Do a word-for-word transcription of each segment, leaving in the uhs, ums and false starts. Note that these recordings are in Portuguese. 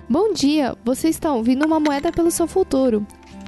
Bom dia, você está ouvindo Uma Moeda pelo Seu Futuro.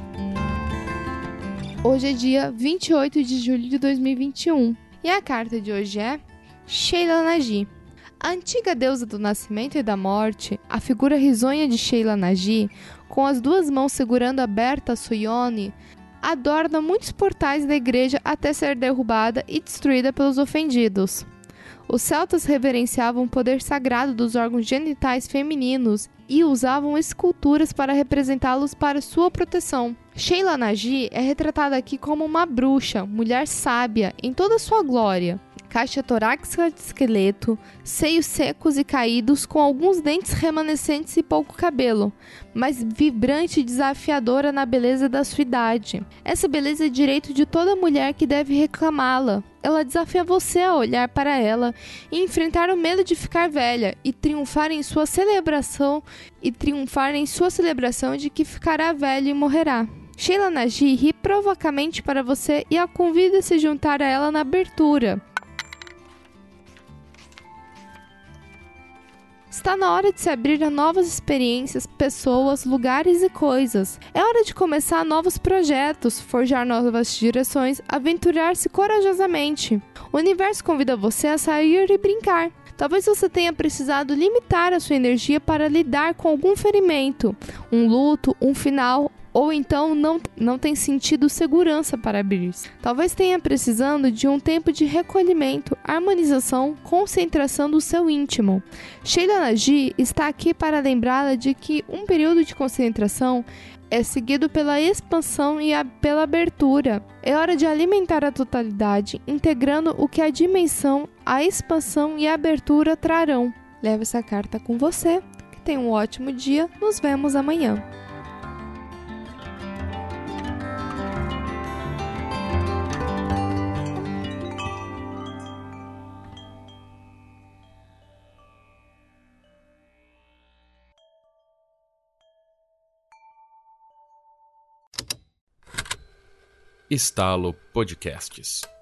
Hoje é dia vinte e oito de julho de dois mil e vinte e um e a carta de hoje é Sheila Nagi. A antiga deusa do nascimento e da morte, a figura risonha de Sheila Nagi, com as duas mãos segurando aberta sua yoni, adorna muitos portais da igreja até ser derrubada e destruída pelos ofendidos. Os celtas reverenciavam o poder sagrado dos órgãos genitais femininos e usavam esculturas para representá-los para sua proteção. Sheila Nagi é retratada aqui como uma bruxa, mulher sábia, em toda sua glória. Caixa torácica de esqueleto, seios secos e caídos com alguns dentes remanescentes e pouco cabelo, mas vibrante e desafiadora na beleza da sua idade. Essa beleza é direito de toda mulher que deve reclamá-la. Ela desafia você a olhar para ela e enfrentar o medo de ficar velha e triunfar em sua celebração e triunfar em sua celebração de que ficará velha e morrerá. Sheila Nagi ri provocamente para você e a convida a se juntar a ela na abertura. Está na hora de se abrir a novas experiências, pessoas, lugares e coisas. É hora de começar novos projetos, forjar novas direções, aventurar-se corajosamente. O universo convida você a sair e brincar. Talvez você tenha precisado limitar a sua energia para lidar com algum ferimento, um luto, um final, ou então não, não tem sentido segurança para abrir-se. Talvez tenha precisando de um tempo de recolhimento, harmonização, concentração do seu íntimo. Sheila Nagi está aqui para lembrá-la de que um período de concentração é seguido pela expansão e a, pela abertura. É hora de alimentar a totalidade, integrando o que a dimensão, a expansão e a abertura trarão. Leve essa carta com você. Que tenha um ótimo dia. Nos vemos amanhã. Estalo Podcasts.